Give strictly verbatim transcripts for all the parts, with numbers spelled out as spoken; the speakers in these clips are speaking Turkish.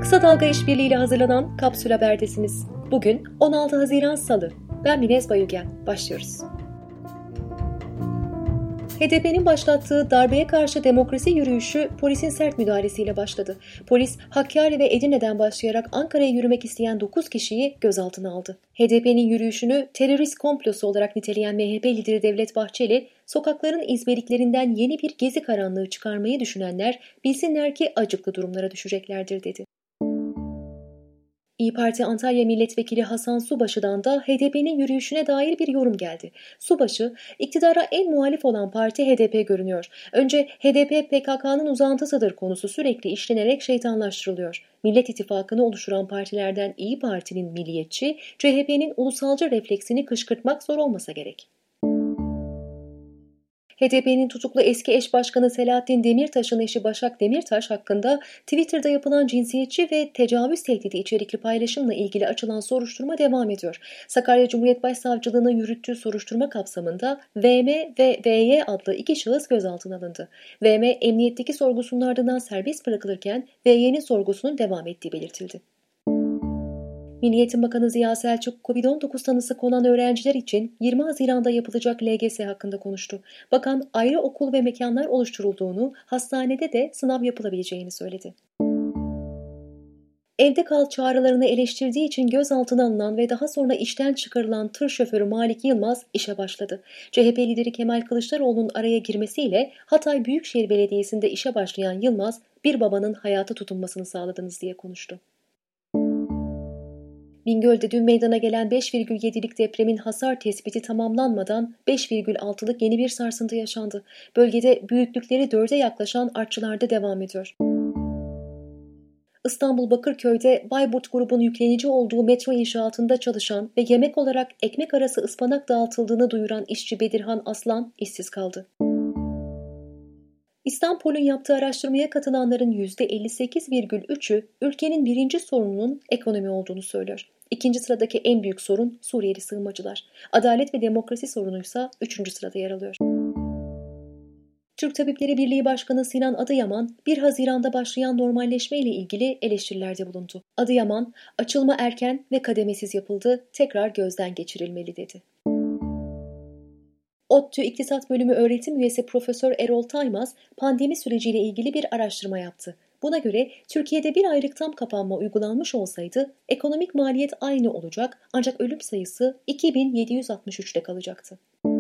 Kısa Dalga İşbirliği ile hazırlanan Kapsül Haber'desiniz. Bugün on altı Haziran Salı. Ben Minez Bayülgen. Başlıyoruz. H D P'nin başlattığı darbeye karşı demokrasi yürüyüşü polisin sert müdahalesiyle başladı. Polis, Hakkari ve Edirne'den başlayarak Ankara'ya yürümek isteyen dokuz kişiyi gözaltına aldı. H D P'nin yürüyüşünü terörist komplosu olarak niteleyen M H P lideri Devlet Bahçeli, sokakların izberiklerinden yeni bir gezi karanlığı çıkarmayı düşünenler bilsinler ki acıklı durumlara düşeceklerdir dedi. İYİ Parti Antalya Milletvekili Hasan Subaşı'dan da H D P'nin yürüyüşüne dair bir yorum geldi. Subaşı, iktidara en muhalif olan parti H D P görünüyor. Önce H D P P K K'nın uzantısıdır konusu sürekli işlenerek şeytanlaştırılıyor. Millet İttifakı'nı oluşturan partilerden İYİ Parti'nin milliyetçi, C H P'nin ulusalcı refleksini kışkırtmak zor olmasa gerek. H D P'nin tutuklu eski eş başkanı Selahattin Demirtaş'ın eşi Başak Demirtaş hakkında Twitter'da yapılan cinsiyetçi ve tecavüz tehdidi içerikli paylaşımla ilgili açılan soruşturma devam ediyor. Sakarya Cumhuriyet Başsavcılığı'nın yürüttüğü soruşturma kapsamında V M ve V Y adlı iki şahıs gözaltına alındı. V M emniyetteki sorgusunun ardından serbest bırakılırken V Y'nin sorgusunun devam ettiği belirtildi. Milli Eğitim Bakanı Ziya Selçuk, kovid on dokuz tanısı konan öğrenciler için yirmi Haziran'da yapılacak L G S hakkında konuştu. Bakan, ayrı okul ve mekanlar oluşturulduğunu, hastanede de sınav yapılabileceğini söyledi. Evde kal çağrılarını eleştirdiği için gözaltına alınan ve daha sonra işten çıkarılan tır şoförü Malik Yılmaz işe başladı. C H P lideri Kemal Kılıçdaroğlu'nun araya girmesiyle Hatay Büyükşehir Belediyesi'nde işe başlayan Yılmaz, bir babanın hayata tutunmasını sağladınız diye konuştu. Bingöl'de dün meydana gelen beş virgül yedilik depremin hasar tespiti tamamlanmadan beş virgül altılık yeni bir sarsıntı yaşandı. Bölgede büyüklükleri dörde yaklaşan artçılarda devam ediyor. İstanbul Bakırköy'de Bayburt grubun yüklenici olduğu metro inşaatında çalışan ve yemek olarak ekmek arası ıspanak dağıtıldığını duyuran işçi Bedirhan Aslan işsiz kaldı. İstanbul'un yaptığı araştırmaya katılanların yüzde elli sekiz virgül üçü ülkenin birinci sorununun ekonomi olduğunu söylüyor. İkinci sıradaki en büyük sorun Suriyeli sığınmacılar. Adalet ve demokrasi sorunuysa üçüncü sırada yer alıyor. Türk Tabipleri Birliği Başkanı Sinan Adıyaman, bir Haziran'da başlayan normalleşme ile ilgili eleştirilerde bulundu. Adıyaman, açılma erken ve kademesiz yapıldı, tekrar gözden geçirilmeli dedi. ODTÜ İktisat Bölümü öğretim üyesi Profesör Erol Taymaz, pandemi süreciyle ilgili bir araştırma yaptı. Buna göre Türkiye'de bir aylık tam kapanma uygulanmış olsaydı ekonomik maliyet aynı olacak ancak ölüm sayısı iki bin yedi yüz altmış üçte kalacaktı.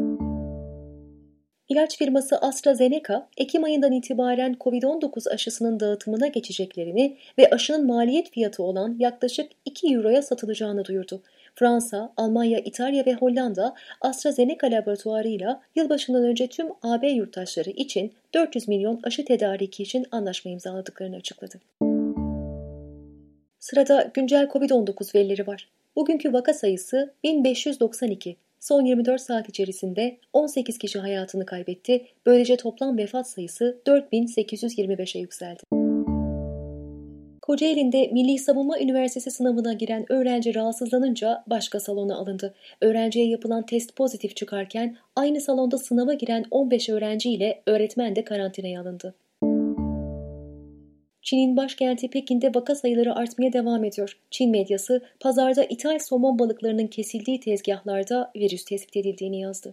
İlaç firması AstraZeneca, Ekim ayından itibaren kovid on dokuz aşısının dağıtımına geçeceklerini ve aşının maliyet fiyatı olan yaklaşık iki euroya satılacağını duyurdu. Fransa, Almanya, İtalya ve Hollanda AstraZeneca laboratuvarıyla yılbaşından önce tüm A B yurttaşları için dört yüz milyon aşı tedariki için anlaşma imzaladıklarını açıkladı. Sırada güncel kovid on dokuz verileri var. Bugünkü vaka sayısı bin beş yüz doksan iki. Son yirmi dört saat içerisinde on sekiz kişi hayatını kaybetti. Böylece toplam vefat sayısı dört bin sekiz yüz yirmi beşe yükseldi. Kocaeli'nde Milli Savunma Üniversitesi sınavına giren öğrenci rahatsızlanınca başka salona alındı. Öğrenciye yapılan test pozitif çıkarken aynı salonda sınava giren on beş öğrenci ile öğretmen de karantinaya alındı. Çin'in başkenti Pekin'de vaka sayıları artmaya devam ediyor. Çin medyası, pazarda ithal somon balıklarının kesildiği tezgahlarda virüs tespit edildiğini yazdı.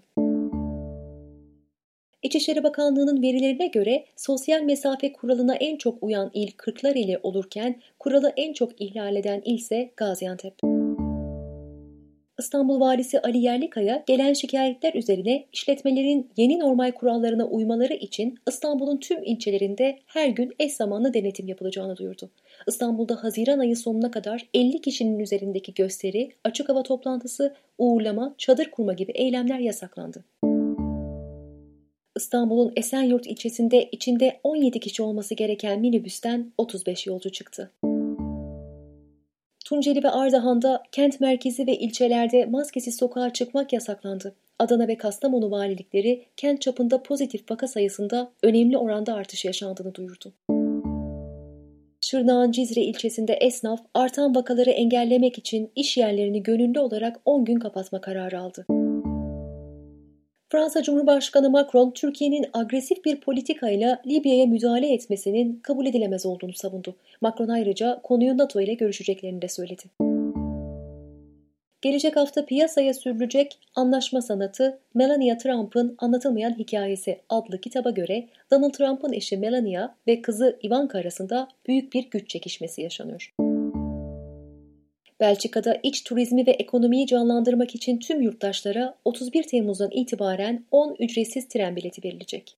İçişleri Bakanlığı'nın verilerine göre sosyal mesafe kuralına en çok uyan il Kırklareli olurken kuralı en çok ihlal eden il ise Gaziantep. İstanbul Valisi Ali Yerlikaya gelen şikayetler üzerine işletmelerin yeni normal kurallarına uymaları için İstanbul'un tüm ilçelerinde her gün eş zamanlı denetim yapılacağını duyurdu. İstanbul'da Haziran ayı sonuna kadar elli kişinin üzerindeki gösteri, açık hava toplantısı, uğurlama, çadır kurma gibi eylemler yasaklandı. İstanbul'un Esenyurt ilçesinde içinde on yedi kişi olması gereken minibüsten otuz beş yolcu çıktı. Tunceli ve Ardahan'da kent merkezi ve ilçelerde maskesiz sokağa çıkmak yasaklandı. Adana ve Kastamonu valilikleri kent çapında pozitif vaka sayısında önemli oranda artış yaşandığını duyurdu. Şırnak'ın Cizre ilçesinde esnaf artan vakaları engellemek için iş yerlerini gönüllü olarak on gün kapatma kararı aldı. Fransa Cumhurbaşkanı Macron, Türkiye'nin agresif bir politikayla Libya'ya müdahale etmesinin kabul edilemez olduğunu savundu. Macron ayrıca konuyu NATO ile görüşeceklerini de söyledi. Gelecek hafta piyasaya sürülecek Anlaşma Sanatı, Melania Trump'ın Anlatılmayan Hikayesi adlı kitaba göre Donald Trump'ın eşi Melania ve kızı Ivanka arasında büyük bir güç çekişmesi yaşanıyor. Belçika'da iç turizmi ve ekonomiyi canlandırmak için tüm yurttaşlara otuz bir Temmuz'dan itibaren on ücretsiz tren bileti verilecek.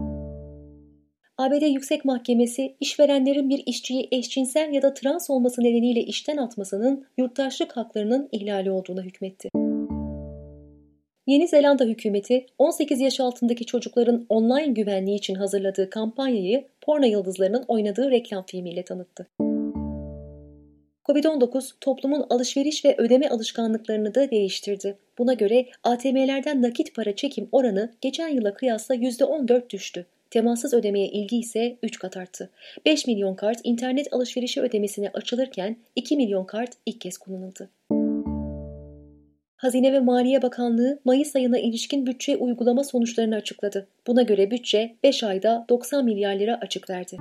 A B D Yüksek Mahkemesi, işverenlerin bir işçiyi eşcinsel ya da trans olması nedeniyle işten atmasının yurttaşlık haklarının ihlali olduğuna hükmetti. Yeni Zelanda hükümeti, on sekiz yaş altındaki çocukların online güvenliği için hazırladığı kampanyayı porno yıldızlarının oynadığı reklam filmiyle tanıttı. kovid on dokuz toplumun alışveriş ve ödeme alışkanlıklarını da değiştirdi. Buna göre A T M'lerden nakit para çekim oranı geçen yıla kıyasla yüzde on dört düştü. Temassız ödemeye ilgi ise üç kat arttı. beş milyon kart internet alışverişi ödemesine açılırken iki milyon kart ilk kez kullanıldı. Hazine ve Maliye Bakanlığı Mayıs ayına ilişkin bütçe uygulama sonuçlarını açıkladı. Buna göre bütçe beş ayda doksan milyar lira açık verdi.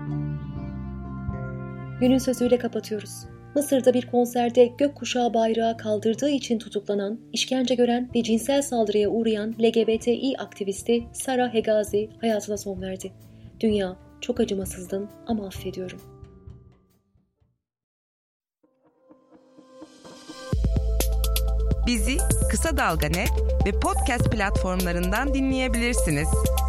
Günün sözüyle kapatıyoruz. Mısır'da bir konserde gökkuşağı bayrağı kaldırdığı için tutuklanan, işkence gören ve cinsel saldırıya uğrayan L G B T İ aktivisti Sara Hegazi hayatına son verdi. Dünya, çok acımasızdın ama affediyorum. Bizi Kısa Dalga Net ve podcast platformlarından dinleyebilirsiniz.